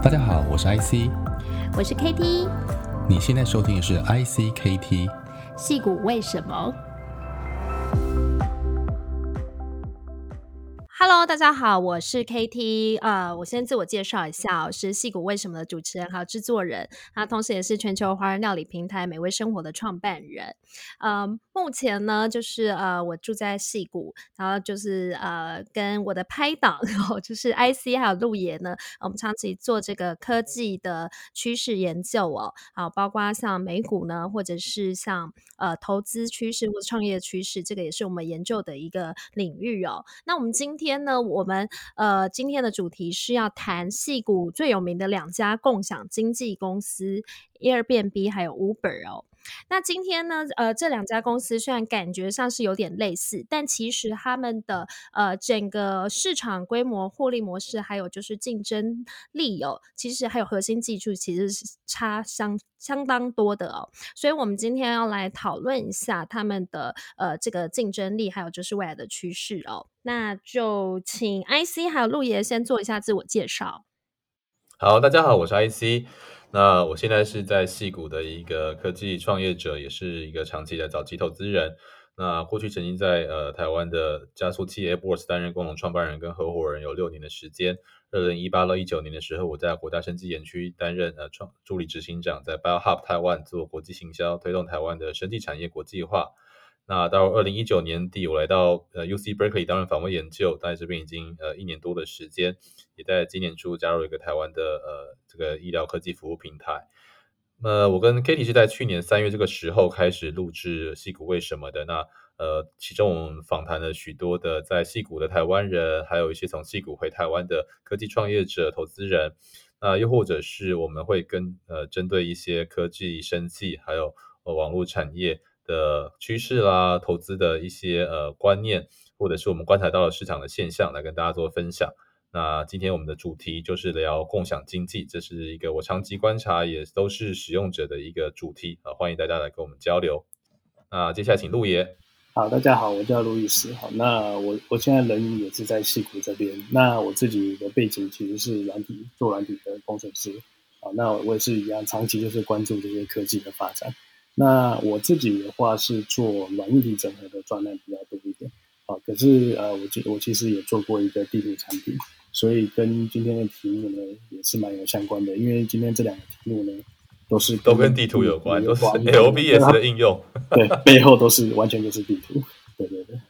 大家好，我是 IC， 我是 KT， 你现在收听的是 ICKT 矽谷为什么？Hello， 大家好，我是 KT，我先自我介绍一下，我是矽谷为什么的主持人还有制作人，同时也是全球华人料理平台美味生活的创办人。目前呢，就是我住在矽谷，然后就是跟我的拍档就是 IC 还有陆爷呢，我们长期做这个科技的趋势研究哦，包括像美股呢，或者是像投资趋势或者创业趋势，这个也是我们研究的一个领域哦。那我们今天呢，今天的主题是要谈矽谷最有名的两家共享经济公司 Airbnb 还有 Uber 哦。那今天呢，这两家公司虽然感觉上是有点类似，但其实他们的整个市场规模、获利模式，还有就是竞争力哦，其实还有核心技术，其实是差相当多的哦。所以我们今天要来讨论一下他们的这个竞争力，还有就是未来的趋势哦。那就请 IC 还有陆爷先做一下自我介绍。 好，大家好，我是 IC。那我现在是在矽谷的一个科技创业者，也是一个长期的早期投资人。那过去曾经在台湾的加速器 AppWorks 担任共同创办人跟合伙人有6年的时间。2018到19年的时候，我在国家生技园区担任助理执行长，在 BioHub 台湾做国际行销，推动台湾的生技产业国际化。那到2019年底，我来到UC Berkeley 担任访问研究，在这边已经1年多的时间，也在今年初加入一个台湾的这个医疗科技服务平台。我跟 Kitty 是在去年3月这个时候开始录制矽谷为什么的。那其中我们访谈了许多的在矽谷的台湾人，还有一些从矽谷回台湾的科技创业者、投资人。又或者是我们会跟针对一些科技、生技还有网络产业的趋势啦、投资的一些观念，或者是我们观察到的市场的现象来跟大家做分享。那今天我们的主题就是聊共享经济，这是一个我长期观察也都是使用者的一个主题欢迎大家来跟我们交流。那接下来请陆爷。 好，大家好，我叫路易斯。好，那我现在人也是在矽谷这边。那我自己的背景其实是做软体的工程师。好，那我也是一样，长期就是关注这些科技的发展。那我自己的话是做软硬体整合的专案比较多一点。好，可是我其实也做过一个地图产品，所以跟今天的题目呢也是蛮有相关的。因为今天这两个题目呢都跟地图有关，都是 LBS 的应用。 对，背后完全就是地图。对对对。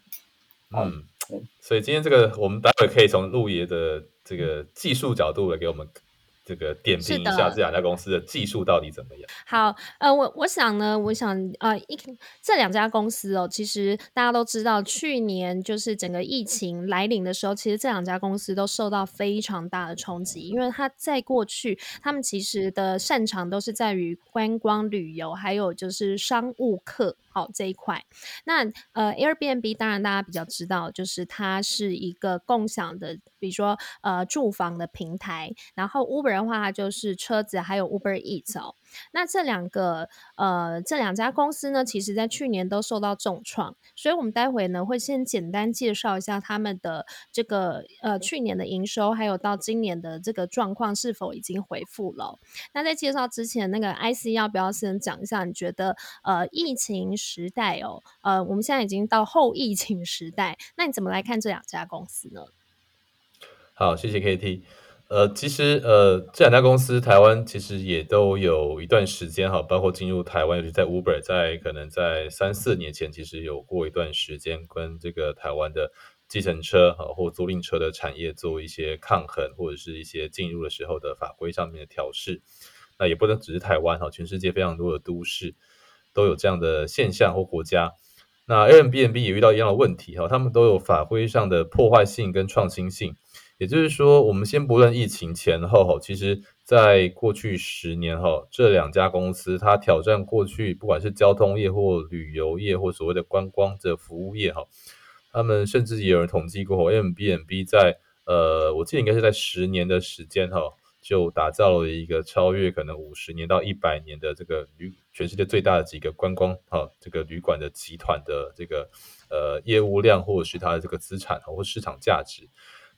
所以今天这个我们待会可以从陆爷的这个技术角度来给我们这个点评一下这两家公司的技术到底怎么样。 好，我想这两家公司哦，其实大家都知道，去年就是整个疫情来临的时候，其实这两家公司都受到非常大的冲击，因为它在过去，他们其实的擅长都是在于观光旅游，还有就是商务客这一块。那Airbnb 当然大家比较知道，就是它是一个共享的，比如说住房的平台，然后 Uber 的话，它就是车子，还有 Uber Eats 哦。那这两家公司呢，其实在去年都受到重创，所以我们待会呢会先简单介绍一下他们的这个去年的营收，还有到今年的这个状况是否已经恢复了。那在介绍之前，那个 IC 要不要先讲一下，你觉得疫情时代我们现在已经到后疫情时代，那你怎么来看这两家公司呢？ 好，谢谢 KT。其实这两家公司台湾其实也都有一段时间包括进入台湾，尤其在 Uber 可能在3-4年前，其实有过一段时间跟这个台湾的计程车或租赁车的产业做一些抗衡，或者是一些进入的时候的法规上面的调试。那也不能只是台湾全世界非常多的都市都有这样的现象或国家。那 Airbnb 也遇到一样的问题他们都有法规上的破坏性跟创新性。也就是说，我们先不论疫情前后其实在过去10年这两家公司它挑战过去不管是交通业或旅游业或所谓的观光的服务业他们甚至也有人统计过Airbnb 在我记得应该是在10年的时间就打造了一个超越可能50年到100年的这个全世界最大的几个观光这个旅馆的集团的这个业务量，或者是它的这个资产或市场价值。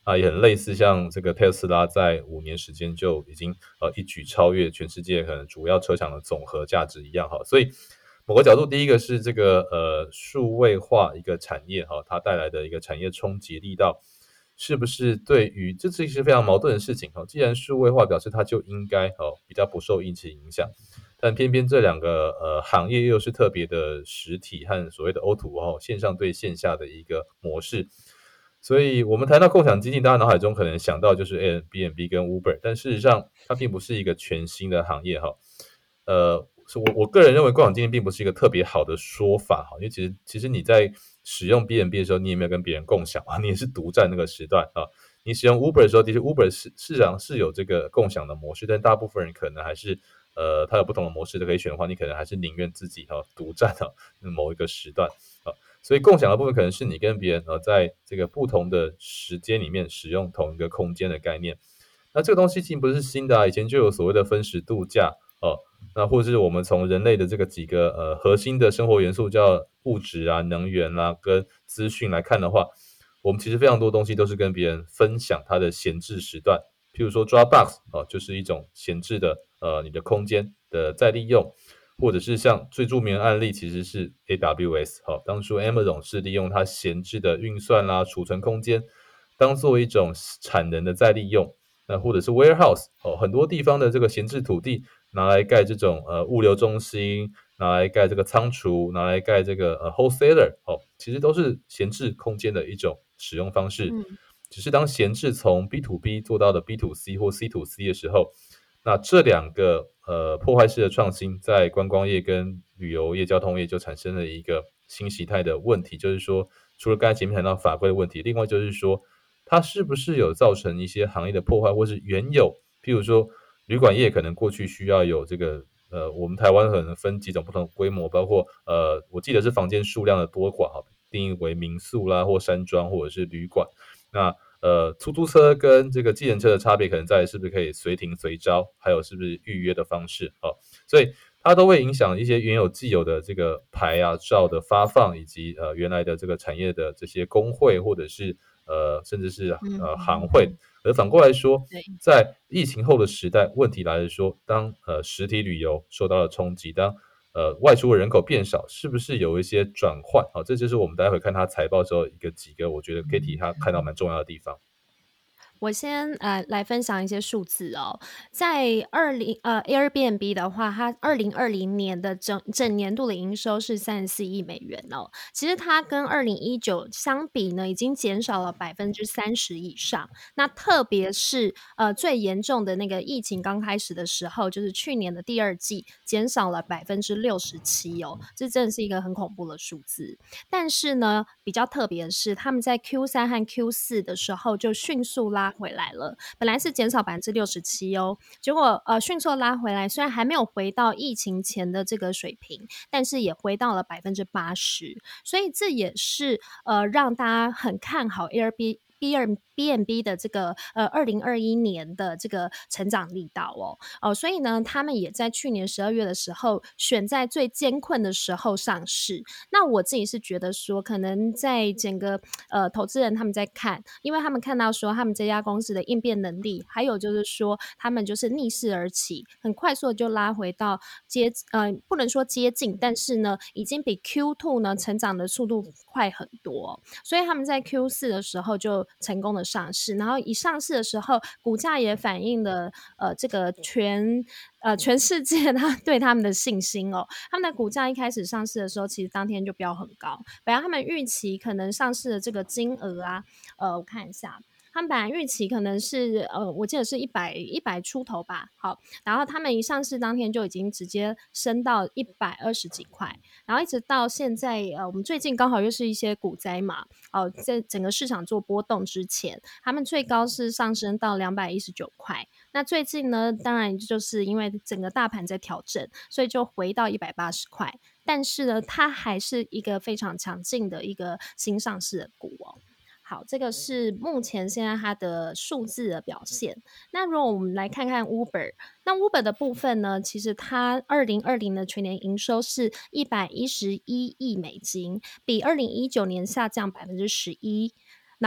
也很类似像这个特斯拉在5年时间就已经一举超越全世界可能主要车厂的总和价值一样哈。所以某个角度，第一个是这个数位化一个产业哈，它带来的一个产业冲击力道，是不是对于这是一个非常矛盾的事情哈。既然数位化表示它就应该比较不受疫情影响，但偏偏这两个行业又是特别的实体和所谓的 O2O 线上对线下的一个模式。所以我们谈到共享经济，大家脑海中可能想到就是 Airbnb 跟 Uber， 但事实上它并不是一个全新的行业哈。我个人认为共享经济并不是一个特别好的说法哈，因为其实你在使用 B&B 的时候，你也没有跟别人共享啊，你也是独占那个时段啊。你使用 Uber 的时候，的确 Uber 市场是有这个共享的模式，但大部分人可能还是它有不同的模式都可以选的话，你可能还是宁愿自己独占某一个时段啊。所以共享的部分可能是你跟别人在这个不同的时间里面使用同一个空间的概念。那这个东西其实不是新的以前就有所谓的分时度假那或者是我们从人类的这个几个核心的生活元素叫物质啊、能源啊跟资讯来看的话，我们其实非常多东西都是跟别人分享它的闲置时段。譬如说 Dropbox 就是一种闲置的你的空间的再利用，或者是像最著名的案例其实是 AWS 当初 Amazon 是利用它闲置的运算啦、储存空间当做一种产能的再利用。那或者是 warehouse 很多地方的这个闲置土地拿来盖这种物流中心，拿来盖这个仓储，拿来盖这个wholesaler 其实都是闲置空间的一种使用方式。只是当闲置从 B to B 做到了 B to C 或 C to C 的时候，那这两个破坏式的创新，在观光业跟旅游业、交通业就产生了一个新形态的问题，就是说，除了刚才前面谈到法规的问题，另外就是说，它是不是有造成一些行业的破坏，或是原有，譬如说旅馆业可能过去需要有这个我们台湾可能分几种不同的规模，包括我记得是房间数量的多寡定义为民宿啦，或山庄，或者是旅馆。那出租车跟这个计程车的差别可能在于是不是可以随停随招，还有是不是预约的方式所以它都会影响一些原有既有的这个牌啊照的发放，以及原来的这个产业的这些工会，或者是甚至是行会。而反过来说，在疫情后的时代，问题来了说，当实体旅游受到了冲击，当外出的人口变少，是不是有一些转换这就是我们待会看他财报之后几个我觉得 Katie 他看到蛮重要的地方。 我先来分享一些数字在Airbnb 的话，它2020年的整年度的营收是34亿美元其实它跟2019相比呢，已经减少了30%以上。那特别是最严重的那个疫情刚开始的时候，就是去年的第二季，减少了67%这真的是一个很恐怖的数字。但是呢，比较特别的是，他们在 Q3 和 Q4 的时候就迅速拉回来了，本来是减少67%结果迅速拉回来，虽然还没有回到疫情前的这个水平，但是也回到了80%，所以这也是让大家很看好 Airbnb 的这个2021年的这个成长力道所以呢，他们也在去年12月的时候选在最艰困的时候上市。那我自己是觉得说，可能在整个投资人他们在看，因为他们看到说他们这家公司的应变能力，还有就是说他们就是逆势而起，很快速的就拉回到不能说接近，但是呢，已经比 Q2 呢成长的速度快很多，所以他们在 Q4 的时候就成功的上市，然后一上市的时候，股价也反映了这个全世界他对他们的信心他们的股价一开始上市的时候，其实当天就飙很高，本来他们预期可能上市的这个金额我看一下。他们本来预期可能是我记得是100出头吧，好，然后他们一上市当天就已经直接升到120几块，然后一直到现在我们最近刚好又是一些股灾嘛，在整个市场做波动之前，他们最高是上升到219块，那最近呢，当然就是因为整个大盘在调整，所以就回到180块，但是呢，它还是一个非常强劲的一个新上市的股好，这个是目前现在它的数字的表现。那如果我们来看看 Uber， 那 Uber 的部分呢，其实它2020的全年营收是111亿美金，比2019年下降11%。然后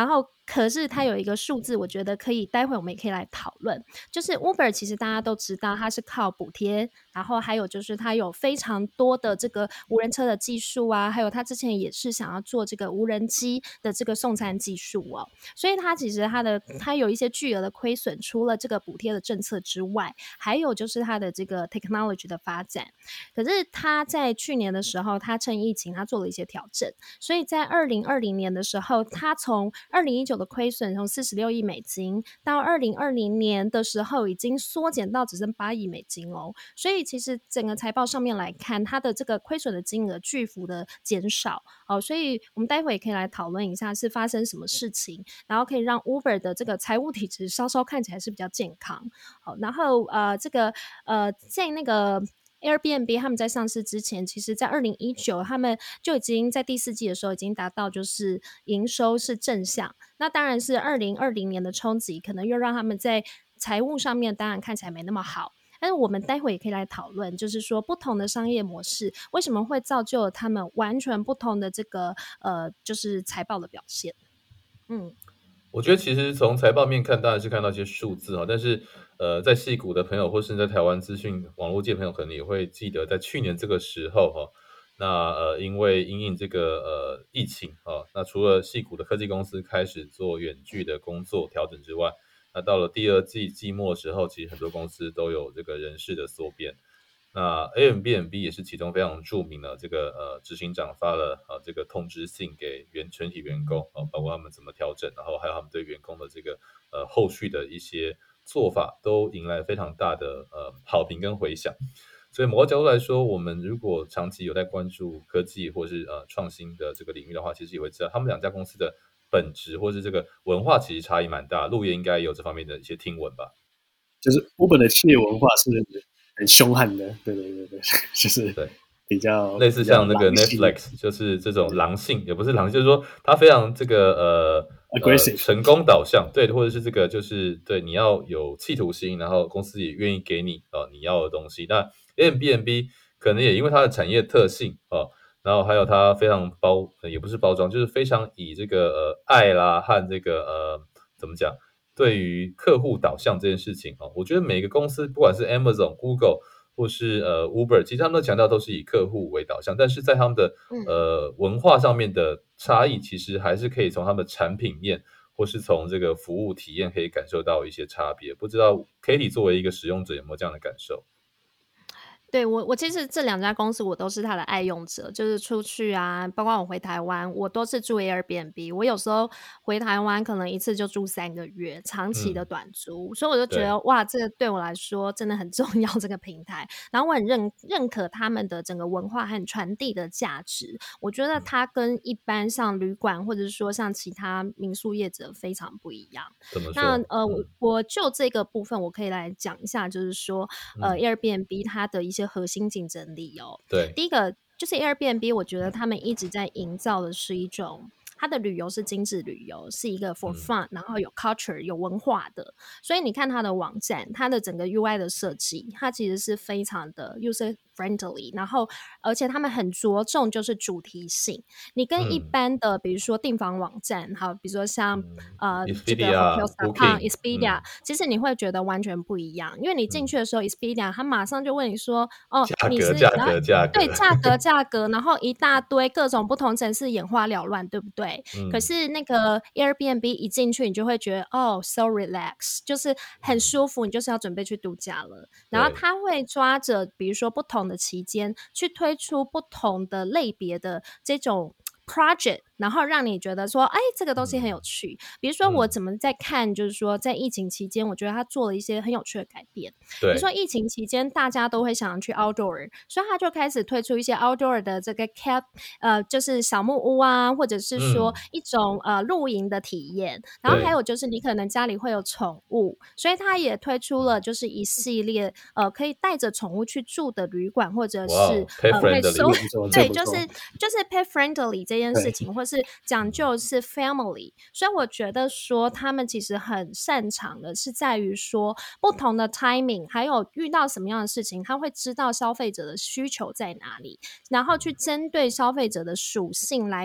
可是它有一个数字，我觉得可以，待会我们也可以来讨论。就是 Uber 其实大家都知道，它是靠补贴，然后还有就是它有非常多的这个无人车的技术啊，还有它之前也是想要做这个无人机的这个送餐技术哦，所以它其实它有一些巨额的亏损，除了这个补贴的政策之外，还有就是它的这个 technology 的发展。可是它在去年的时候，它趁疫情它做了一些调整，所以在2020年的时候，它从2019的亏损从46亿美金到2020年的时候已经缩减到只剩8亿美金哦，所以其实整个财报上面来看，它的这个亏损的金额巨幅的减少哦，所以我们待会也可以来讨论一下是发生什么事情，然后可以让 Uber 的这个财务体质稍稍看起来是比较健康。好，然后在那个Airbnb 他们在上市之前，其实在2019他们就已经在第4季的时候已经达到就是营收是正向，那当然是2020年的冲击可能又让他们在财务上面当然看起来没那么好，但是我们待会也可以来讨论，就是说不同的商业模式为什么会造就了他们完全不同的这个就是财报的表现。 我觉得其实从财报面看，当然是看到一些数字哈，但是在矽谷的朋友或是在台湾资讯网络界朋友，可能也会记得，在去年这个时候哈，那因为因应这个疫情啊，那除了矽谷的科技公司开始做远距的工作调整之外，那到了第2季季末的时候，其实很多公司都有这个人事的缩编。那 Airbnb 也是其中非常著名的，这个执行长发了这个通知信给全体员工包括他们怎么调整，然后还有他们对员工的这个后续的一些做法，都迎来非常大的好评跟回响。所以某个角度来说，我们如果长期有在关注科技或是创新的这个领域的话，其实也会知道他们2家公司的本质或是这个文化其实差异蛮大。陆爷应该也有这方面的一些听闻吧？ 就是 Uber 的企业文化是很凶悍的，对，就是对， 比较类似像那个 Netflix， 就是这种狼性，也不是狼性，就是说它非常这个 aggressive 成功导向，对，或者是这个就是对你要有企图心，然后公司也愿意给你你要的东西。那 Airbnb 可能也因为它的产业特性然后还有它非常也不是包装，就是非常以这个爱啦和这个怎么讲，对于客户导向这件事情我觉得每个公司不管是 Amazon、Google 或是Uber， 其实他们都强调都是以客户为导向，但是在他们的文化上面的差异，其实还是可以从他们的产品面或是从这个服务体验可以感受到一些差别。不知道 Katie 作为一个使用者有没有这样的感受？ 对，我其实这2家公司我都是它的爱用者，就是出去啊，包括我回台湾，我都是住 Airbnb， 我有时候回台湾可能一次就住3个月，长期的短租，所以我就觉得哇，这个对我来说真的很重要这个平台，然后我很认可他们的整个文化和传递的价值，我觉得它跟一般像旅馆或者是说像其他民宿业者非常不一样。 怎么说？ 那我就这个部分我可以来讲一下，就是说Airbnb 它的一些核心竞争力哦。 对， 第一个就是 Airbnb， 我觉得他们一直在营造的是一种它的旅游是精致旅游，是一个 for fun，然后有 culture 有文化的，所以你看它的网站，它的整个 UI 的设计，它其实是非常的 user friendly， 然后而且他们很着重就是主题性。你跟一般的比如说订房网站，好，比如说像这个 Hotels.com、Expedia， 其实你会觉得完全不一样，因为你进去的时候，Expedia 他马上就问你说，你是价格， 对，价格，然后一大堆各种不同城市眼花缭乱，对不对？可是那个 Airbnb 一进去，你就会觉得so relax， 就是很舒服，你就是要准备去度假了。然后他会抓着比如说不同的期间去推出不同的类别的这种project， 然后让你觉得说这个东西很有趣。比如说我怎么在看就是说在疫情期间，我觉得他做了一些很有趣的改变。比如说疫情期间大家都会想要去 outdoor， 所以他就开始推出一些 outdoor 的这个就是小木屋啊，或者是说一种露营的体验。然后还有就是你可能家里会有宠物，所以他也推出了就是一系列可以带着宠物去住的旅馆，或者是会收对，就是 pet friendly 这件事情，或是讲究是 family， 所以我觉得说他们其实很擅长的是在于说不同的 timing， 还有遇到什么样的事情，他会知道消费者的需求在哪里，然后去针对消费者的属性来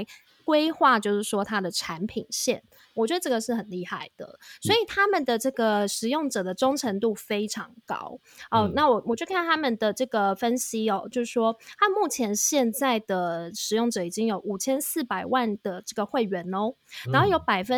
规划就是说它的产品线，我觉得这个是很厉害的，所以他们的这个使用者的忠诚度非常高那我就看他们的这个分析就是说他目前现在的使用者已经有5400万的这个会员然后有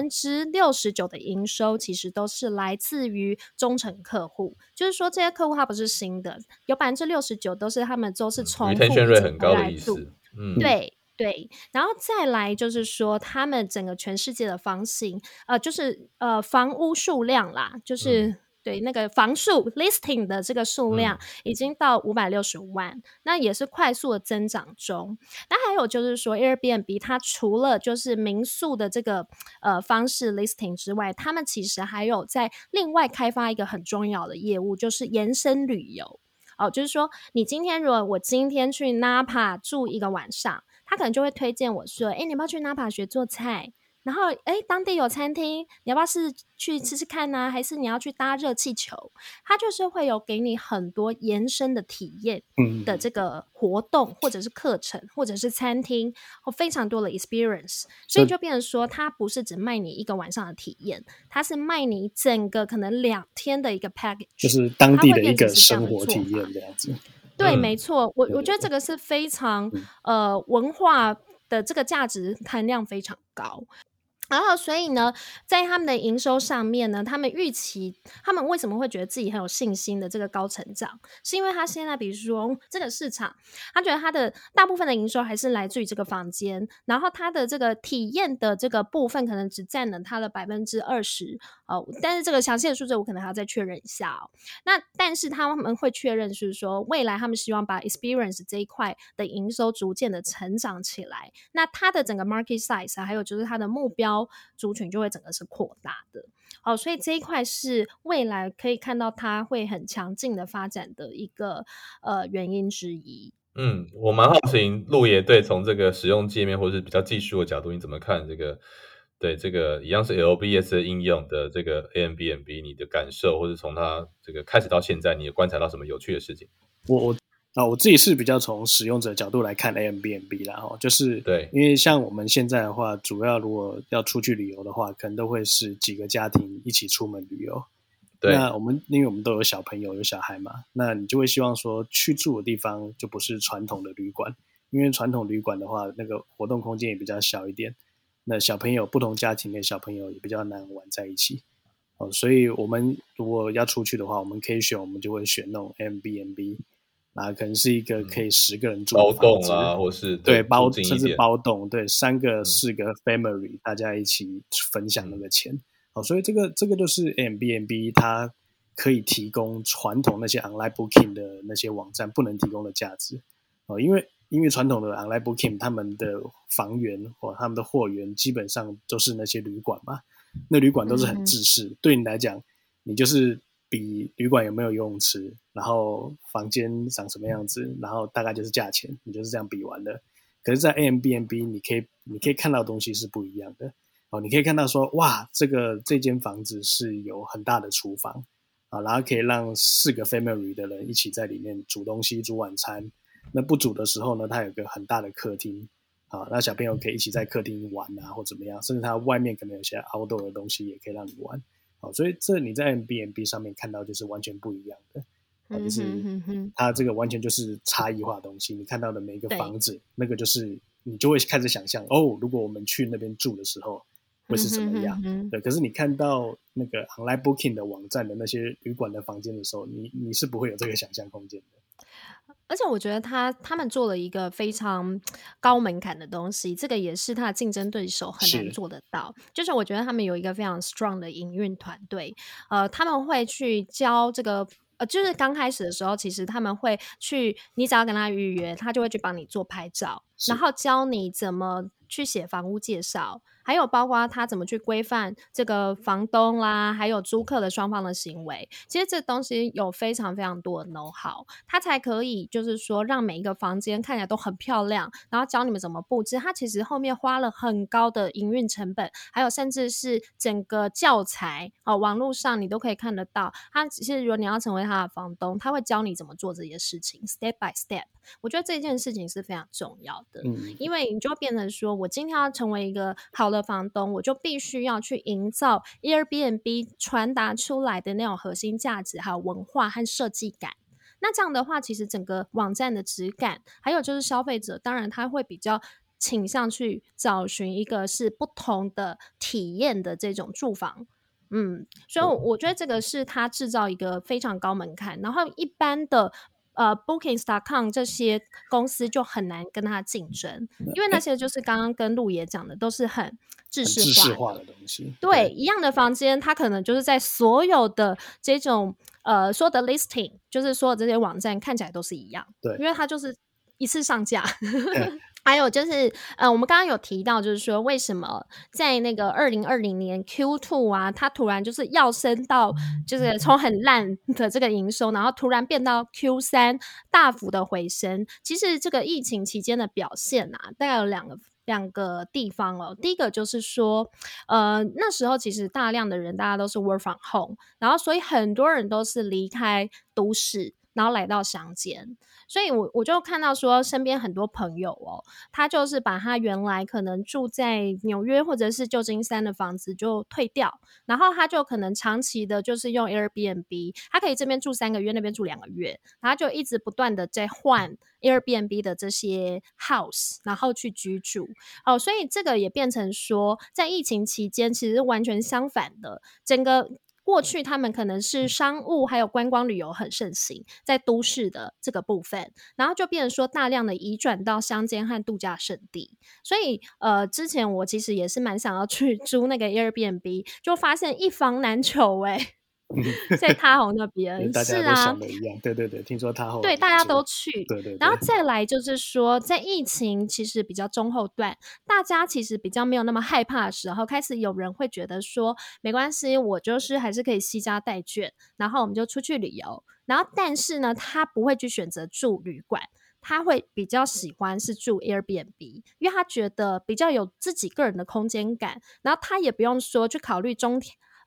69%的营收其实都是来自于忠诚客户，就是说这些客户他不是新的，有69%都是他们都是重复 retention rate 很高的意思。 对，然后再来就是说他们整个全世界的房型就是房屋数量啦，就是对那个房数 listing 的这个数量已经到565万，那也是快速的增长中。那还有就是说 Airbnb 它除了就是民宿的这个方式 listing 之外，他们其实还有在另外开发一个很重要的业务，就是延伸旅游就是说你如果我今天去 Napa 住一个晚上，他可能就会推荐我说你要不要去 Napa 学做菜，然后当地有餐厅，你要不要去吃吃看啊，还是你要去搭热气球，他就是会有给你很多延伸的体验的这个活动或者是课程或者是餐厅非常多的 experience， 所以就变成说他不是只卖你一个晚上的体验，他是卖你整个可能2天的一个 package， 就是当地的一个生活体验这样子。 对，没错，我觉得这个是非常文化的这个价值含量非常高。然后所以呢在他们的营收上面呢，他们预期他们为什么会觉得自己很有信心的这个高成长，是因为他现在比如说这个市场，他觉得他的大部分的营收还是来自于这个房间，然后他的这个体验的这个部分可能只占了他的 20% 但是这个详细的数字我可能还要再确认一下那但是他们会确认是说未来他们希望把 experience 这一块的营收逐渐的成长起来，那他的整个 market size还有就是他的目标族群就会整个是扩大的所以这一块是未来可以看到它会很强劲的发展的一个原因之一。 我蛮好奇陆爷对从这个使用界面或是比较技术的角度，你怎么看这个对这个一样是 LBS 的应用的这个 Airbnb 你的感受，或是从它这个开始到现在你有观察到什么有趣的事情？ 我自己是比较从使用者角度来看 Airbnb 啦就是对， 因为像我们现在的话，主要如果要出去旅游的话，可能都会是几个家庭一起出门旅游。 对， 那因为我们都有小朋友有小孩嘛，那你就会希望说去住的地方就不是传统的旅馆，因为传统旅馆的话，那个活动空间也比较小一点，那小朋友不同家庭的小朋友也比较难玩在一起所以我们如果要出去的话，我们可以选，我们就会选那种 Airbnb，可能是一个可以10个人住的房子包栋啦，或是对甚至包栋，对3个4个 family 大家一起分享那个钱所以这个就是 Airbnb 它可以提供传统那些 online booking 的那些网站不能提供的价值因为传统的 online booking 他们的房源或他们的货源基本上都是那些旅馆嘛，那旅馆都是很制式对你来讲你就是比旅馆有没有游泳池，然后房间长什么样子，然后大概就是价钱，你就是这样比完的。可是在 Airbnb 你可以看到的东西是不一样的你可以看到说哇这间房子是有很大的厨房然后可以让4个 family 的人一起在里面煮东西煮晚餐，那不煮的时候呢它有个很大的客厅那小朋友可以一起在客厅玩或怎么样，甚至它外面可能有些 outdoor 的东西也可以让你玩所以这你在 Airbnb 上面看到就是完全不一样的就是它这个完全就是差异化的东西，你看到的每一个房子那个就是你就会开始想象如果我们去那边住的时候会是怎么样对，可是你看到那个 online booking 的网站的那些旅馆的房间的时候，你是不会有这个想象空间的。 而且我觉得他们做了一个非常高门槛的东西，这个也是他的竞争对手很难做得到。就是我觉得他们有一个非常 strong 的营运团队，他们会去教这个。就是刚开始的时候，其实他们会去，你只要跟他预约，他就会去帮你做拍照，然后教你怎么去写房屋介绍，还有包括他怎么去规范这个房东啦，还有租客的双方的行为。其实这东西有非常非常多的 know how， 他才可以就是说让每一个房间看起来都很漂亮，然后教你们怎么布置。他其实后面花了很高的营运成本，还有甚至是整个教材网络上你都可以看得到。他其实如果你要成为他的房东，他会教你怎么做这些事情 step by step。 我觉得这件事情是非常重要的， 嗯， 因为你就变成说我今天要成为一个好的房东，我就必须要去营造 Airbnb 传达出来的那种核心价值，还有文化和设计感。那这样的话，其实整个网站的质感，还有就是消费者，当然他会比较倾向去找寻一个是不同的体验的这种住房。所以我觉得这个是他制造一个非常高门槛，然后一般的Bookings.com 这些公司就很难跟他竞争，因为那些就是刚刚跟陆爷讲的，都是很制式化的东西。 对，一样的房间，它可能就是在所有的这种所有的 listing， 就是所有这些网站看起来都是一样， 对， 因为它就是一次上架。还有就是我们刚刚有提到，就是说为什么在那个2020年 Q2 啊，它突然就是要升到就是从很烂的这个营收，然后突然变到 Q3 大幅的回升。其实这个疫情期间的表现啊，大概有两个地方哦。第一个就是说那时候其实大量的人大家都是 work from home， 然后所以很多人都是离开都市，然后来到乡间。所以我就看到说身边很多朋友哦，他就是把他原来可能住在纽约或者是旧金山的房子就退掉，然后他就可能长期的就是用 Airbnb， 他可以这边住3个月，那边住2个月，然后就一直不断的在换 Airbnb 的这些 house， 然后去居住。所以这个也变成说在疫情期间其实完全相反的，整个过去他们可能是商务还有观光旅游很盛行在都市的这个部分，然后就变成说大量的移转到乡间和度假胜地。所以之前我其实也是蛮想要去租那个 Airbnb， 就发现一房难求在他侯那边大家都想的一样，对对对，听说他侯对大家都去， 对对对， 然后再来就是说，在疫情其实比较中后段，大家其实比较没有那么害怕的时候，开始有人会觉得说，没关系，我就是还是可以惜家带眷，然后我们就出去旅游。然后但是呢，他不会去选择住旅馆，他会比较喜欢是住 Airbnb， 因为他觉得比较有自己个人的空间感，然后他也不用说去考虑中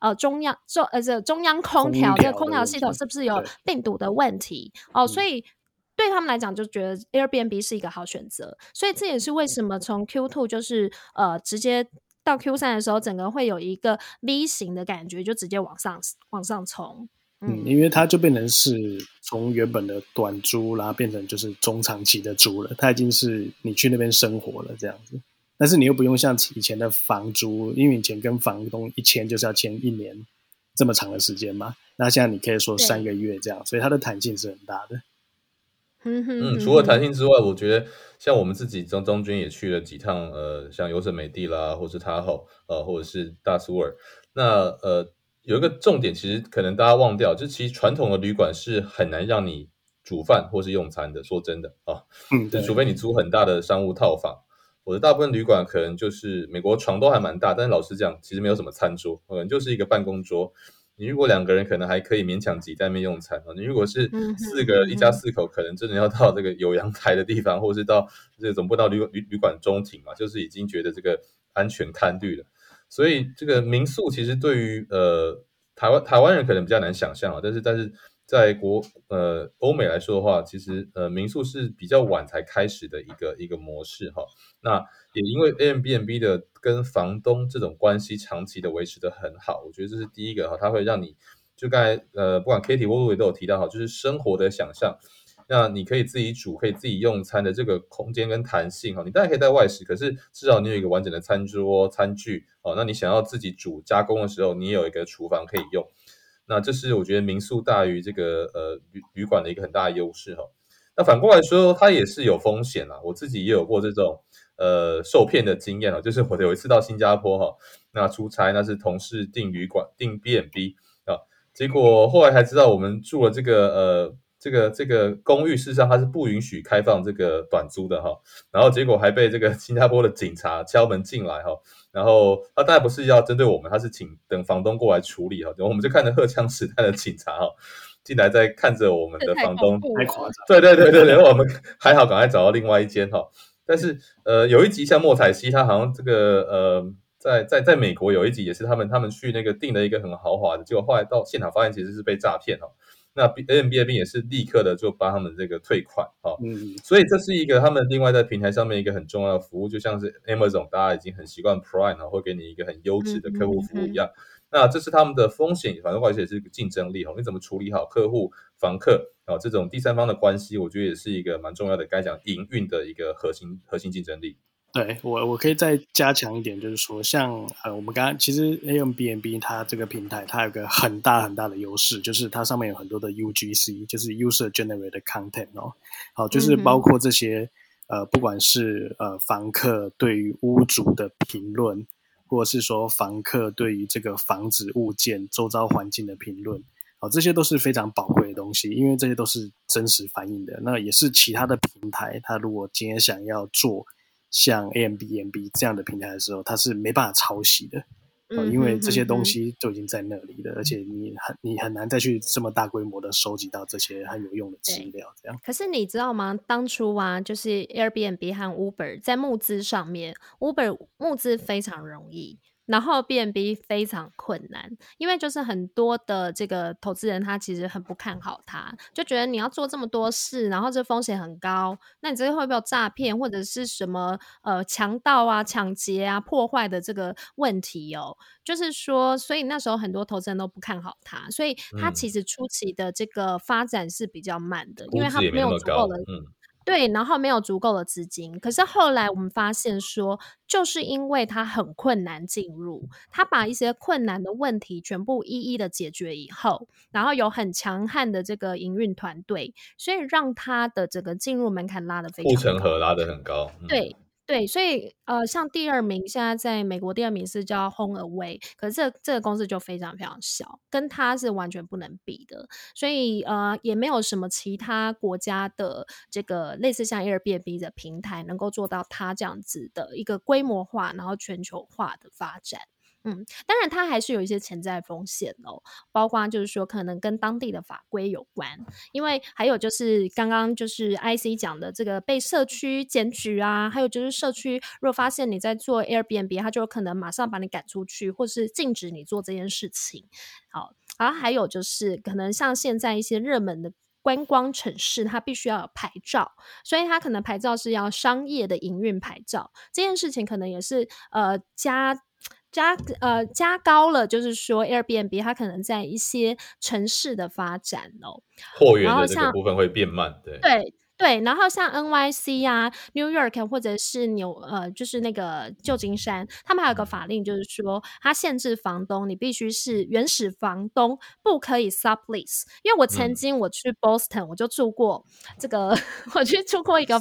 央空调这个空调系统是不是有病毒的问题所以对他们来讲就觉得 Airbnb 是一个好选择。所以这也是为什么从 Q2 就是直接到 Q3 的时候，整个会有一个 V 型的感觉，就直接往上冲。 因为它就变成是从原本的短租，然后变成就是中长期的租了，它已经是你去那边生活了这样子。但是你又不用像以前的房租，因为以前跟房东一签就是要签1年这么长的时间嘛，那现在你可以说3个月这样，所以它的弹性是很大的。 除了弹性之外，我觉得像我们自己中军也去了几趟，像优胜美地啦，或是他后，或者是大苏尔。那有一个重点，其实可能大家忘掉，就是其实传统的旅馆是很难让你煮饭或是用餐的。说真的就除非你租很大的商务套房。我的大部分旅馆可能就是美国床都还蛮大，但是老实讲，其实没有什么餐桌，可能就是一个办公桌。你如果2个人可能还可以勉强挤在那边用餐，你如果是4个一家4口，可能真的要到这个有阳台的地方，或是到这个总部到旅馆中庭嘛，就是已经觉得这个安全看虑了。所以这个民宿其实对于台湾人可能比较难想象但是在欧美来说的话，其实民宿是比较晚才开始的一个模式那也因为 Airbnb 的跟房东这种关系长期的维持得很好，我觉得这是第一个它会让你就刚才不管 Katie 或陆也都有提到就是生活的想象，那你可以自己煮可以自己用餐的这个空间跟弹性你当然可以带外食，可是至少你有一个完整的餐桌餐具那你想要自己煮加工的时候，你也有一个厨房可以用。那这是我觉得民宿大于这个旅馆的一个很大的优势那反过来说，它也是有风险我自己也有过这种受骗的经验就是我有一次到新加坡那出差，那是同事订旅馆订 B&B 结果后来才知道我们住了这个公寓，事实上它是不允许开放这个短租的然后结果还被这个新加坡的警察敲门进来然后他当然不是要针对我们，他是请等房东过来处理我们就看着荷枪实弹的警察进来在看着我们的房东， 太夸张。 对，然后我们还好赶快找到另外一间但是有一集像莫彩希，他好像这个在美国有一集也是他们去那个订了一个很豪华的，结果后来到现场发现其实是被诈骗那 Airbnb 也是立刻的就帮他们这个退款嗯， 所以这是一个他们另外在平台上面一个很重要的服务，就像是 Amazon 大家已经很习惯 Prime 会给你一个很优质的客户服务一样。那这是他们的风险，反正而且是一个竞争力你怎么处理好客户、房客这种第三方的关系，我觉得也是一个蛮重要的，该讲营运的一个核心竞争力。 对，我可以再加强一点，就是说像我们刚刚其实 Airbnb 它这个平台它有个很大很大的优势，就是它上面有很多的 UGC， 就是 User Generated Content 好，就是包括这些不管是房客对于屋主的评论，或者是说房客对于这个房子物件周遭环境的评论，这些都是非常宝贵的东西，因为这些都是真实反映的。那也是其他的平台，它如果今天想要做像 Airbnb 这样的平台的时候，它是没办法抄袭的，因为这些东西就已经在那里了，而且你很难再去这么大规模的收集到这些很有用的资料。这样。 可是你知道吗？当初就是 Airbnb 和 Uber 在募资上面 ，Uber 募资非常容易。然后 B&B 非常困难，因为就是很多的这个投资人他其实很不看好他，就觉得你要做这么多事，然后这风险很高，那你这会不会有诈骗或者是什么强盗啊、抢劫啊、破坏的这个问题就是说，所以那时候很多投资人都不看好他，所以他其实初期的这个发展是比较慢的，因为他没有足够的对，然后没有足够的资金。可是后来我们发现说，就是因为他很困难进入，他把一些困难的问题全部一一的解决以后，然后有很强悍的这个营运团队，所以让他的整个进入门槛拉得非常高， 护城河拉得很高。 对，所以像第二名，现在在美国第二名是叫 HomeAway， 可是这个公司就非常非常小，跟它是完全不能比的，所以也没有什么其他国家的这个类似像 Airbnb 的平台能够做到它这样子的一个规模化，然后全球化的发展。当然它还是有一些潜在风险包括就是说可能跟当地的法规有关，因为还有就是刚刚就是 IC 讲的这个被社区检举啊，还有就是社区如果发现你在做 Airbnb， 它就有可能马上把你赶出去，或是禁止你做这件事情。好，然后还有就是可能像现在一些热门的观光城市，它必须要有牌照，所以它可能牌照是要商业的营运牌照，这件事情可能也是加高了，就是说 Airbnb 它可能在一些城市的发展货源的这个部分会变慢， 对，然后像 NYC 啊 New York 或者是就是那个旧金山，他们还有个法令，就是说它限制房东你必须是原始房东，不可以 sublease。因为我曾经我去 Boston 我就住过这个我去住过一个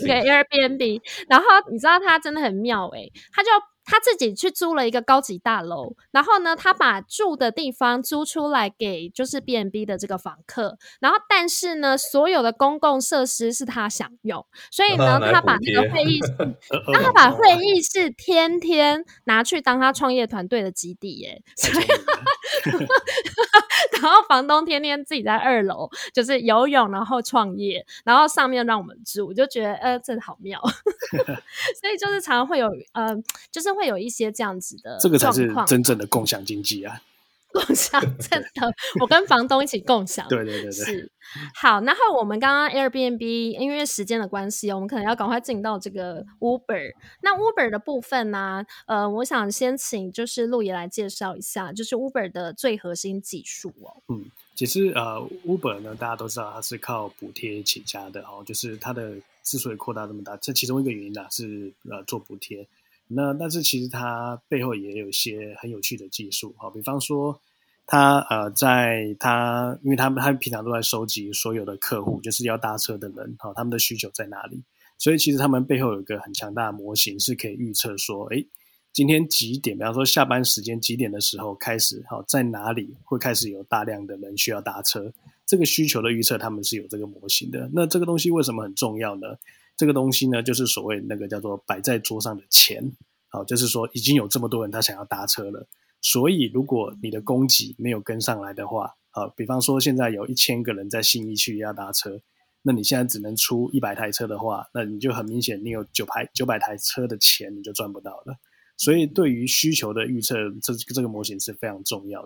Airbnb， 然后你知道它真的很妙他自己去租了一个高级大楼，然后呢他把住的地方租出来给就是 B&B 的这个房客，然后但是呢所有的公共设施是他享用，所以呢他把那个会议室他把会议室天天拿去当他创业团队的基地所以然后房东天天自己在2楼就是游泳然后创业，然后上面让我们住，我就觉得真的好妙所以就是常常会有就是会有一些这样子的状况， 这个才是真正的共享经济啊。 共享真的我跟房东一起共享对是好。然后我们刚刚 Airbnb 因为时间的关系我们可能要赶快进到这个 Uber。 那 Uber 的部分呢我想先请就是陆爷来介绍一下就是 Uber 的最核心技术其实Uber 呢大家都知道它是靠补贴起家的就是它的之所以扩大这么大，这其中一个原因是做补贴。但是其实它背后也有一些很有趣的技术比方说它因为他平常都在收集所有的客户，就是要搭车的人他们的需求在哪里，所以其实他们背后有一个很强大的模型是可以预测说今天几点，比方说下班时间几点的时候开始在哪里会开始有大量的人需要搭车，这个需求的预测他们是有这个模型的。那这个东西为什么很重要呢？这个东西呢就是所谓那个叫做摆在桌上的钱就是说已经有这么多人他想要搭车了，所以如果你的供给没有跟上来的话比方说现在有1000个人在信义区要搭车，那你现在只能出100台车的话，那你就很明显你有900台车的钱你就赚不到了。所以对于需求的预测这个模型是非常重要的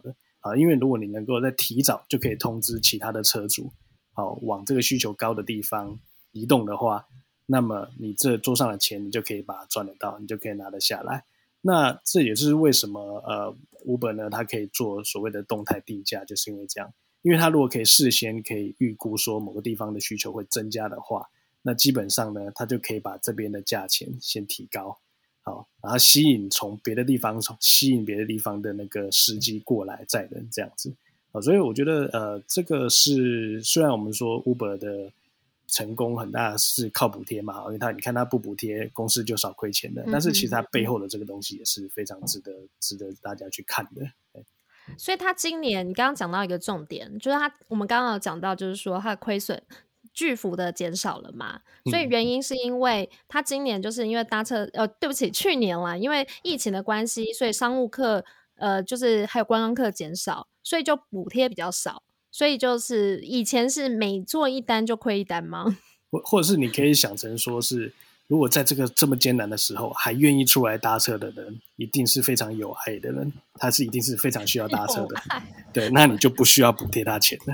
好，因为如果你能够在提早就可以通知其他的车主，好，往这个需求高的地方移动的话，那么你这桌上的钱你就可以把它赚得到，你就可以拿得下来。那这也是为什么Uber 呢，它可以做所谓的动态定价，就是因为这样。因为它如果可以事先可以预估说某个地方的需求会增加的话，那基本上呢，它就可以把这边的价钱先提高，好，然后吸引别的地方的那个司机过来载人这样子。所以我觉得这个是虽然我们说 Uber 的成功很大是靠补贴嘛，因为你看它不补贴，公司就少亏钱的，但是其实它背后的这个东西也是非常值得大家去看的。 所以他今年你刚刚讲到一个重点，就是我们刚刚有讲到，就是说他的亏损巨幅的减少了嘛，所以原因是因为他今年就是因为搭车对不起，去年啦，因为疫情的关系，所以商务客就是还有观光客减少，所以就补贴比较少，所以就是以前是每做一单就亏一单吗？ 或者是你可以想成说是，如果在这个这么艰难的时候还愿意出来搭车的人，一定是非常有爱的人，他是一定是非常需要搭车的，对，那你就不需要补贴他钱了。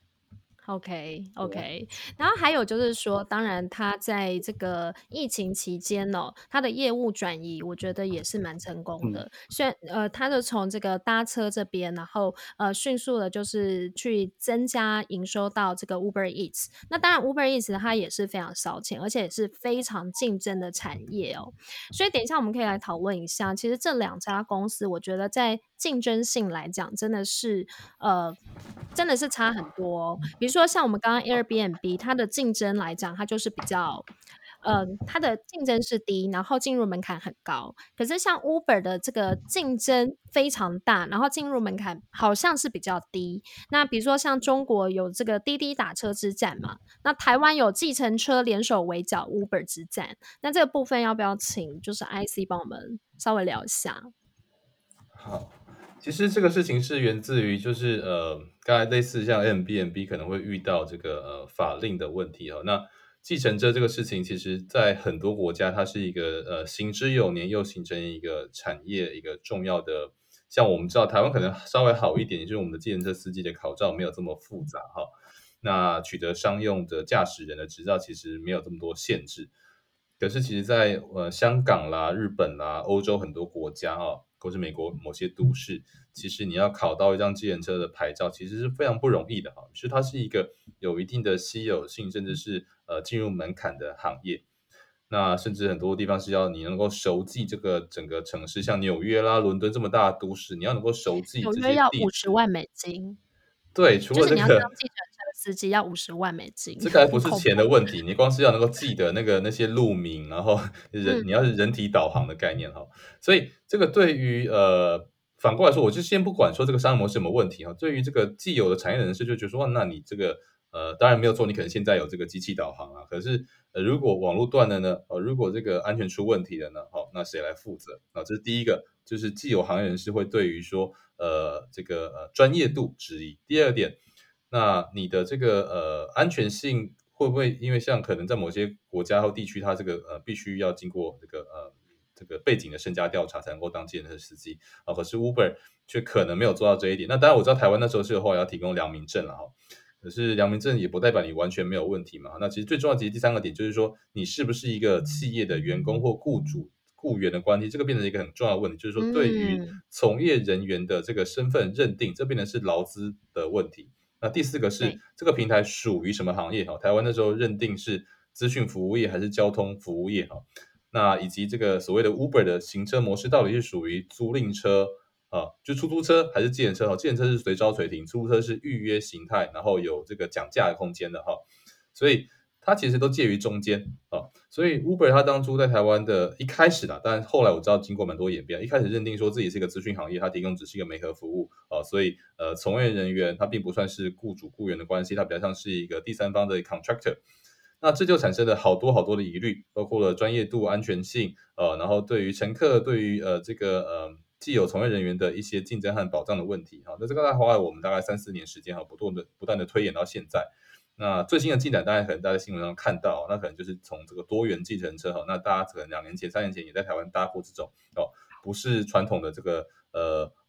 OK， 然后还有就是说，当然他在这个疫情期间他的业务转移，我觉得也是蛮成功的。虽然他就从这个搭车这边，然后迅速的就是去增加营收到这个 Uber Eats。那当然 Uber Eats 它也是非常烧钱，而且也是非常竞争的产业哦。所以等一下我们可以来讨论一下，其实这两家公司，我觉得在竞争性来讲，真的是差很多哦。比如说像我们刚刚 Airbnb， 它的竞争来讲，它就是比较它的竞争是低，然后进入门槛很高。可是像 Uber 的这个竞争非常大，然后进入门槛好像是比较低。那比如说像中国有这个滴滴打车之战嘛，那台湾有计程车联手围剿 Uber 之战。那这个部分要不要请就是 IC 帮我们稍微聊一下？ 好，其实这个事情是源自于就是刚才类似像 Airbnb 可能会遇到这个法令的问题。那计程车这个事情，其实在很多国家它是一个行之有年，又形成一个产业一个重要的。像我们知道台湾可能稍微好一点，也就是我们的计程车司机的考照没有这么复杂哈。那取得商用的驾驶人的执照其实没有这么多限制。可是其实在香港啦、日本啦、欧洲很多国家或是美国某些都市，其实你要考到一张计程车的牌照，其实是非常不容易的哈。是它是一个有一定的稀有性，甚至是进入门槛的行业。那甚至很多地方是要你能够熟记这个整个城市，像纽约啦、伦敦这么大的都市，你要能够熟记这些地址。 纽约要50万美金。 对，除了就是你要当计程车的司机要50万美金， 这个还不是钱的问题，你光是要能够记得那些路名，然后你要是人体导航的概念哈。所以这个对于反过来说，我就先不管说这个商业模式有没有问题哈。对于这个既有的产业人士就觉得说，那你这个当然没有错，你可能现在有这个机器导航啊，可是如果网络断了呢？如果这个安全出问题了呢？那谁来负责？这是第一个，就是既有行业人士会对于说这个专业度质疑。第二点，那你的这个安全性会不会因为像可能在某些国家或地区，它这个必须要经过这个背景的身家调查才能够当计程车司机可是 Uber 却可能没有做到这一点。那当然我知道台湾那时候是后来要提供良民证了可是良民证也不代表你完全没有问题嘛。那其实最重要的第三个点就是说，你是不是一个企业的员工或雇员的关系，这个变成一个很重要的问题，就是说对于从业人员的这个身份认定，这变成是劳资的问题。那第四个是这个平台属于什么行业台湾那时候认定是资讯服务业还是交通服务业那以及这个所谓的 Uber 的行车模式到底是属于租赁车就出租车还是计程车计程车是随招随停，出租车是预约形态，然后有这个讲价的空间的所以它其实都介于中间所以 Uber 它当初在台湾的一开始但后来我知道经过蛮多演变，一开始认定说自己是一个资讯行业，它提供只是一个媒合服务所以从业人员它并不算是雇主雇员的关系，它比较像是一个第三方的 contractor。那这就产生了好多好多的疑虑，包括了专业度、安全性然后对于乘客，对于这个既有从业人员的一些竞争和保障的问题那这个花了我们大概3-4年时间不断的推演到现在。那最新的进展当然可能大家在新闻上看到那可能就是从这个多元计程车那大家可能2年前3年前也在台湾搭过这种不是传统的这个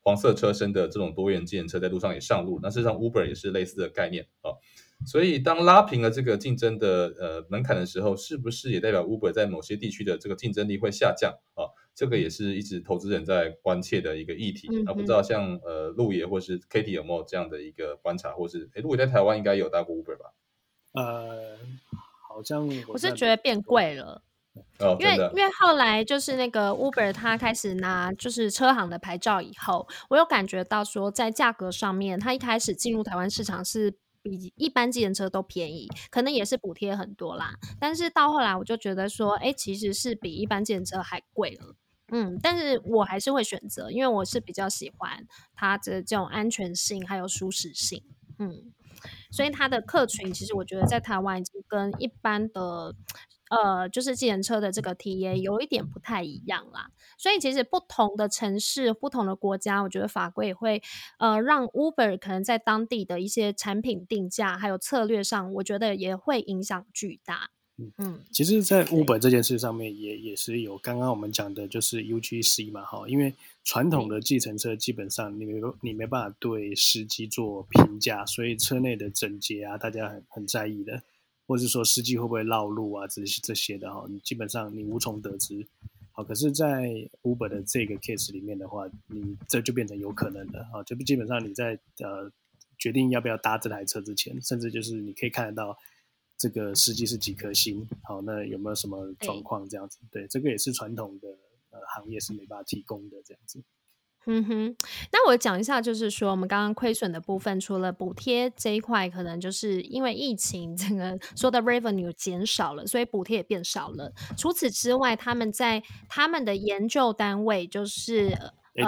黄色车身的这种多元计程车在路上也上路，那事实上 Uber 也是类似的概念所以当拉平了这个竞争的门槛的时候，是不是也代表 Uber 在某些地区的这个竞争力会下降这个也是一直投资人在关切的一个议题。那不知道像陆爷或是 Katie 有没有这样的一个观察，或是陆爷在台湾应该有搭过 Uber 吧？ 好像我是觉得变贵了。因为后来就是那个 Uber 它开始拿就是车行的牌照以后，我有感觉到说在价格上面，它一开始进入台湾市场是比一般计程车都便宜，可能也是补贴很多啦。但是到后来我就觉得说，其实是比一般计程车还贵了。但是我还是会选择，因为我是比较喜欢它的这种安全性还有舒适性。所以它的客群其实我觉得在台湾已经跟一般的就是计程车的这个 TA 有一点不太一样啦。所以其实不同的城市不同的国家，我觉得法规也会让 Uber 可能在当地的一些产品定价还有策略上，我觉得也会影响巨大。 其实在 Uber 这件事上面也是有刚刚我们讲的就是 UGC 嘛因为传统的计程车基本上你没办法对司机做评价，所以车内的整洁啊大家很在意的，或是说司机会不会绕路啊这些的你基本上你无从得知。可是在 Uber 的这个 case 里面的话，你这就变成有可能的就基本上你在决定要不要搭这台车之前，甚至就是你可以看得到这个司机是几颗星，那有没有什么状况这样子？对，这个也是传统的行业是没办法提供的这样子。 那我讲一下，就是说我们刚刚亏损的部分，除了补贴这一块，可能就是因为疫情这个说的 revenue 减少了，所以补贴也变少了。除此之外，他们在他们的研究单位就是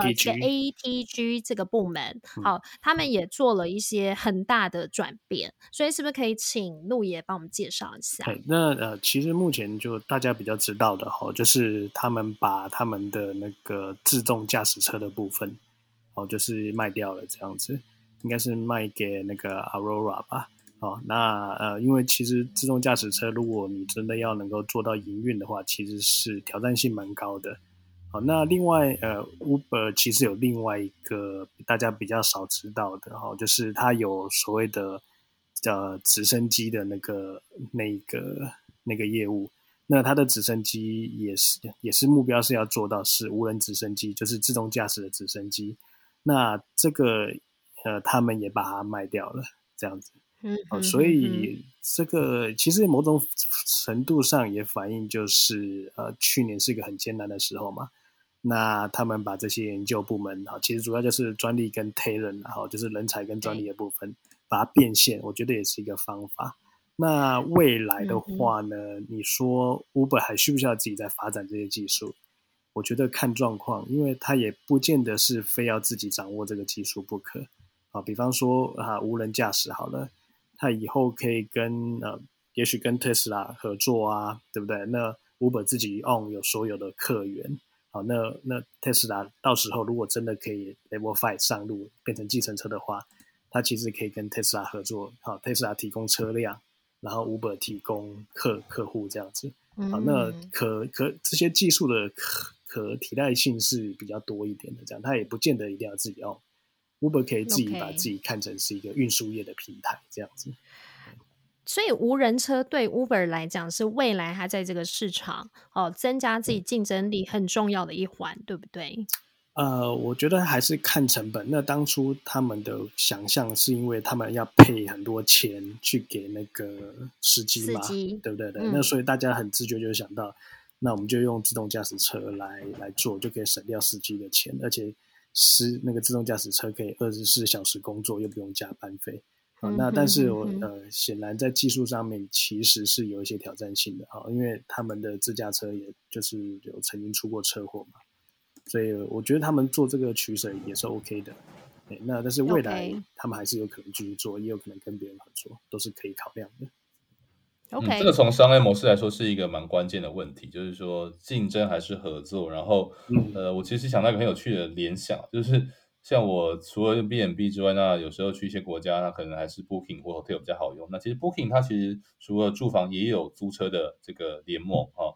ATG 这个部门，好，他们也做了一些很大的转变，所以是不是可以请陆爷帮我们介绍一下？ 那其实目前就大家比较知道的就是他们把他们的那个自动驾驶车的部分就是卖掉了这样子，应该是卖给那个 Aurora 吧。那因为其实自动驾驶车如果你真的要能够做到营运的话，其实是挑战性蛮高的。那另外Uber 其实有另外一个大家比较少知道的就是它有所谓的直升机的那个业务。那它的直升机也是目标是要做到是无人直升机，就是自动驾驶的直升机。那这个他们也把它卖掉了这样子。所以这个其实某种程度上也反映就是去年是一个很艰难的时候嘛。那他们把这些研究部门其实主要就是专利跟 talent 就是人才跟专利的部分把它变现，我觉得也是一个方法。那未来的话呢，你说 Uber 还需不需要自己在发展这些技术？我觉得看状况，因为它也不见得是非要自己掌握这个技术不可。比方说无人驾驶好了，它以后可以也许跟 Tesla 合作啊，对不对？那 Uber 自己 own 有所有的客源。那 Tesla 到时候如果真的可以 Level 5上路变成计程车的话，它其实可以跟 Tesla 合作，Tesla 提供车辆，然后 Uber 提供客户这样子。那这些技术的可替代性是比较多一点的，这样它也不见得一定要自己Uber 可以自己把自己看成是一个运输业的平台这样子。 所以无人车对 Uber 来讲是未来它在这个市场增加自己竞争力很重要的一环，对不对？ 我觉得还是看成本。那当初他们的想象是因为他们要配很多钱去给那个司机嘛，对不对？那所以大家很直觉就想到，那我们就用自动驾驶车来做，就可以省掉司机的钱，而且那个自动驾驶车可以24小时工作，又不用加班费。那但是显然在技术上面其实是有一些挑战性的因为他们的自驾车也就是有曾经出过车祸嘛，所以我觉得他们做这个取舍也是 OK 的。那但是未来他们还是有可能继续做，也有可能跟别人合作，都是可以考量的。 这个从商业模式来说是一个蛮关键的问题，就是说竞争还是合作。然后我其实想到一个很有趣的联想，就是像我除了用 B&B 之外，那有时候去一些国家，那可能还是 Booking 或 Hotel 比较好用。那其实 Booking 它其实除了住房也有租车的这个联盟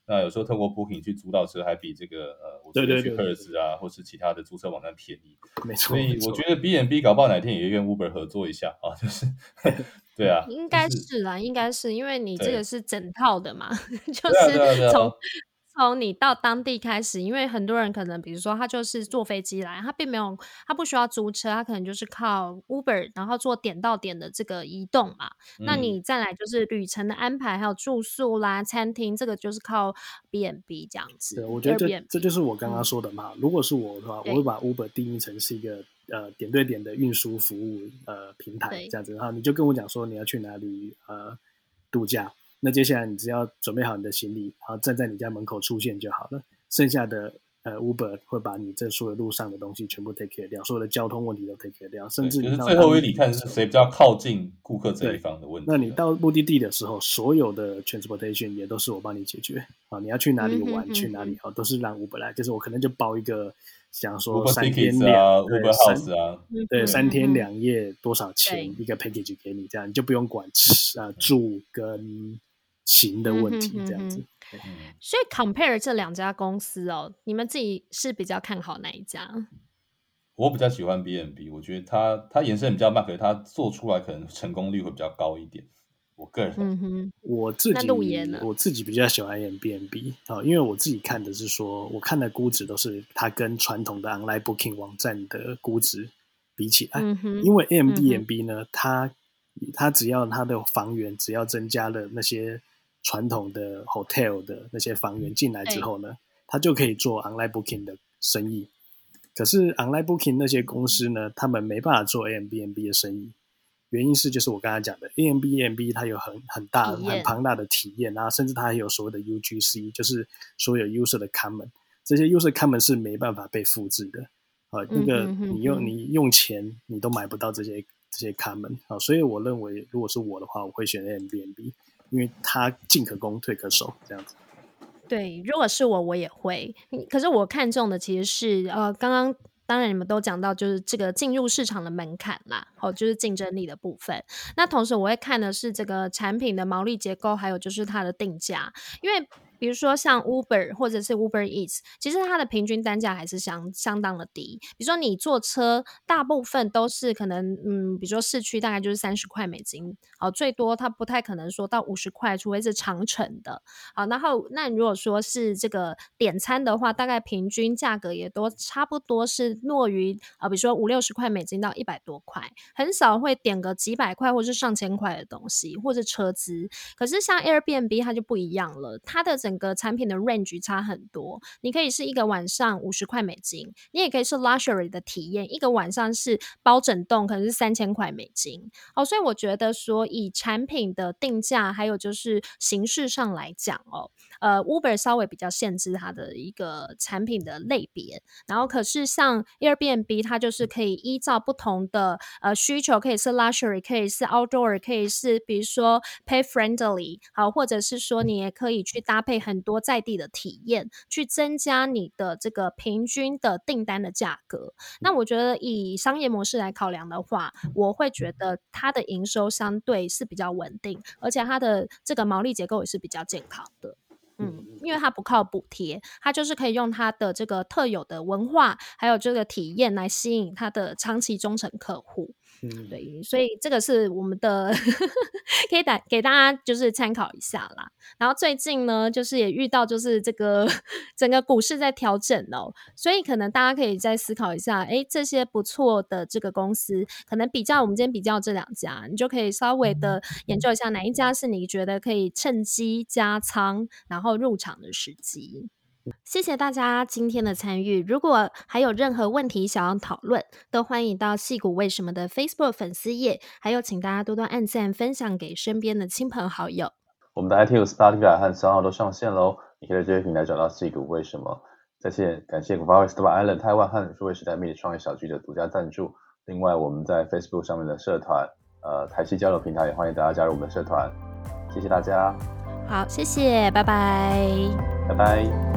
那有时候透过 Booking 去租到车，还比这个我直接去 Hertz 啊，或是其他的租车网站便宜。 没错， 所以我觉得 B&B 搞不好哪天也跟 Uber 合作一下啊，就是对啊， 应该是啦，应该是因为你这个是整套的嘛，就是从你到当地开始，因为很多人可能比如说他就是坐飞机来，他并没有他不需要租车，他可能就是靠 Uber 然后做点到点的这个移动嘛。那你再来就是旅程的安排，还有住宿啦、餐厅，这个就是靠 B&B 这样子。 对，我觉得这就是我刚刚说的嘛。如果是我的话，我会把 Uber 定义成是一个点对点的运输服务平台这样子。然后你就跟我讲说你要去哪里度假，那接下来你只要准备好你的行李，然后站在你家门口出现就好了。剩下的Uber 会把你这所有路上的东西全部 take care 掉，所有的交通问题都 take care 掉，甚至就是最后一里看是谁比较靠近顾客这一方的问题。 那你到目的地的时候，所有的 transportation 也都是我帮你解决。你要去哪里玩，去哪里都是让 Uber 来，就是我可能就包一个，想说3天 Uber House 啊， 对，3天2夜多少钱一个 package 给你，这样你就不用管住跟行的问题，这样子。 所以 compare 这两家公司你们自己是比较看好哪一家？ 我比较喜欢 B&B， 我觉得它延伸比较慢，可是它做出来可能成功率会比较高一点。我个人， 我自己比较喜欢 Airbnb 因为我自己看的是说，我看的估值都是它跟传统的 online booking 网站的估值比起来，因为 Airbnb 呢，它只要它的房源只要增加了那些传统的 hotel 的那些房源进来之后呢，它就可以做 online booking 的生意。可是 online booking 那些公司呢，他们没办法做 Airbnb 的生意，原因是就是我刚才讲的 Airbnb 它有很庞大的体验啊，甚至它还有所谓的 UGC， 就是所有 user 的 comment， 这些 user comment 是没办法被复制的那个你用钱你都买不到这些 comment 所以我认为如果是我的话，我会选 Airbnb， 因为它进可攻退可守这样子。 对，如果是我也会。可是我看中的其实是刚刚当然你们都讲到就是这个进入市场的门槛啦，就是竞争力的部分。那同时我会看的是这个产品的毛利结构，还有就是它的定价。因为比如说像 Uber 或者是 Uber Eats， 其实它的平均单价还是相当的低。比如说你坐车大部分都是可能比如说市区大概就是30块美金，最多它不太可能说到50块，除非是长程的。然后那如果说是这个点餐的话，大概平均价格也都差不多是落于比如说50-60块美金到100多块，很少会点个几百块或是上千块的东西或是车资。可是像 Airbnb 它就不一样了，它的整个产品的 range 差很多，你可以是一个晚上50块美金，你也可以是 luxury 的体验，一个晚上是包整栋可能是3000块美金。所以我觉得说以产品的定价还有就是形式上来讲Uber 稍微比较限制它的一个产品的类别，然后可是像 Airbnb 它就是可以依照不同的需求，可以是 luxury， 可以是 outdoor， 可以是比如说 pay friendly， 或者是说你也可以去搭配很多在地的体验，去增加你的这个平均的订单的价格。那我觉得以商业模式来考量的话，我会觉得它的营收相对是比较稳定，而且它的这个毛利结构也是比较健康的。因为它不靠补贴，它就是可以用它的这个特有的文化还有这个体验来吸引它的长期忠诚客户。对，所以这个是我们的可以给大家就是参考一下啦。然后最近呢就是也遇到就是这个整个股市在调整所以可能大家可以再思考一下这些不错的这个公司，可能我们今天比较这两家，你就可以稍微的研究一下哪一家是你觉得可以趁机加仓然后入场的时机。谢谢大家今天的参与，如果还有任何问题想要讨论，都欢迎到矽谷为什么的 Facebook 粉丝页，还有请大家多多按赞分享给身边的亲朋好友。 我们的 iTunes、Spotify 和SoundOn都上线咯，你可以在这些平台找到矽谷为什么。再次感谢古巴威 Stable Island 台湾和数位时代媒体创业小聚的独家赞助。另外我们在 Facebook 上面的社团台系交流平台也欢迎大家加入我们的社团。谢谢大家。 好，谢谢，拜拜。 拜拜。